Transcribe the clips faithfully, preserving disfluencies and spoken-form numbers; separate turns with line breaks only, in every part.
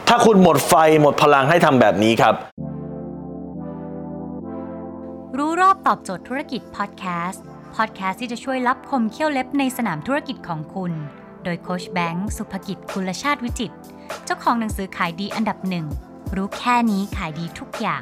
ถ้าคุณหมดไฟหมดพลังให้ทำแบบนี้ครับ
รู้รอบตอบโจทย์ธุรกิจพอดแคสต์พอดแคสต์ที่จะช่วยลับคมเขี้ยวเล็บในสนามธุรกิจของคุณโดยโค้ชแบงค์สุภกิจกุลชาติวิจิตรเจ้าของหนังสือขายดีอันดับหนึ่งรู้แค่นี้ขายดีทุกอย่าง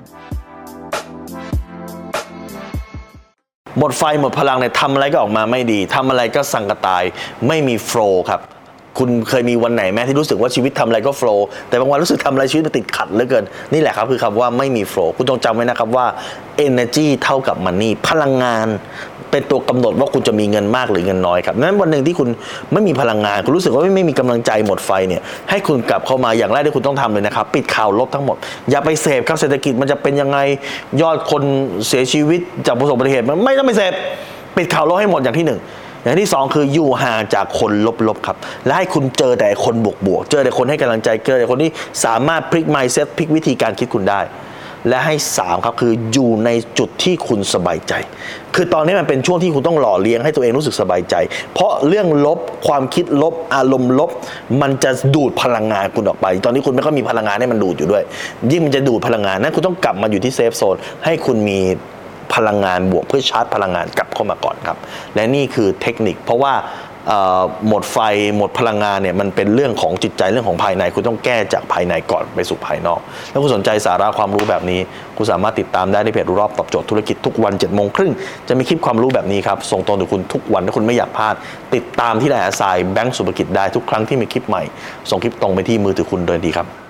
หมดไฟหมดพลังเนี่ยทำอะไรก็ออกมาไม่ดีทำอะไรก็สังกะตายไม่มีโฟลว์ครับคุณเคยมีวันไหนแม้ที่รู้สึกว่าชีวิตทำอะไรก็โฟลว์แต่บางวันรู้สึกทำอะไรชีวิตมันติดขัดเหลือเกินนี่แหละครับคือคำว่าไม่มีโฟลว์คุณต้องจำไว้นะครับว่า energy เท่ากับ money พลังงานเป็นตัวกำหนดว่าคุณจะมีเงินมากหรือเงินน้อยครับนั้นวันหนึ่งที่คุณไม่มีพลังงานคุณรู้สึกว่าไม่มีกำลังใจหมดไฟเนี่ยให้คุณกลับเข้ามาอย่างแรกที่คุณต้องทำเลยนะครับปิดข่าวลบทั้งหมดอย่าไปเสพครับเศรษฐกิจมันจะเป็นยังไงยอดคนเสียชีวิตจากประสบอุบัติเหตุมันไม่ต้องไปเสพปิดข่าวลบให้หมดอย่างที่หนึ่งอย่างที่สองคืออยู่ห่างจากคนลบๆครับและให้คุณเจอแต่คนบวกๆเจอแต่คนให้กำลังใจเจอแต่คนที่สามารถพลิก mindset พลิกวิธีการคิดคุณได้และให้สามครับคืออยู่ในจุดที่คุณสบายใจคือตอนนี้มันเป็นช่วงที่คุณต้องหล่อเลี้ยงให้ตัวเองรู้สึกสบายใจเพราะเรื่องลบความคิดลบอารมณ์ลบมันจะดูดพลังงานคุณออกไปตอนนี้คุณไม่ค่อยมีพลังงานให้มันดูดอยู่ด้วยยิ่งมันจะดูดพลังงานนั้นคุณต้องกลับมาอยู่ที่เซฟโซนให้คุณมีพลังงานบวกเพื่อชาร์จพลังงานกลับเข้ามาก่อนครับและนี่คือเทคนิคเพราะว่าหมดไฟหมดพลังงานเนี่ยมันเป็นเรื่องของจิตใจเรื่องของภายในคุณต้องแก้จากภายในก่อนไปสู่ภายนอกถ้าคุณสนใจสาระความรู้แบบนี้คุณสามารถติดตามได้ในเพจรู้รอบตอบโจทย์ธุรกิจทุกวันเจ็ดโมงครึ่งจะมีคลิปความรู้แบบนี้ครับส่งตรงถึงคุณทุกวันถ้าคุณไม่อยากพลาดติดตามที่ไลน์แอดไซน์แบงก์สุภกิจได้ทุกครั้งที่มีคลิปใหม่ส่งคลิปตรงไปที่มือถือคุณโดยดีครับ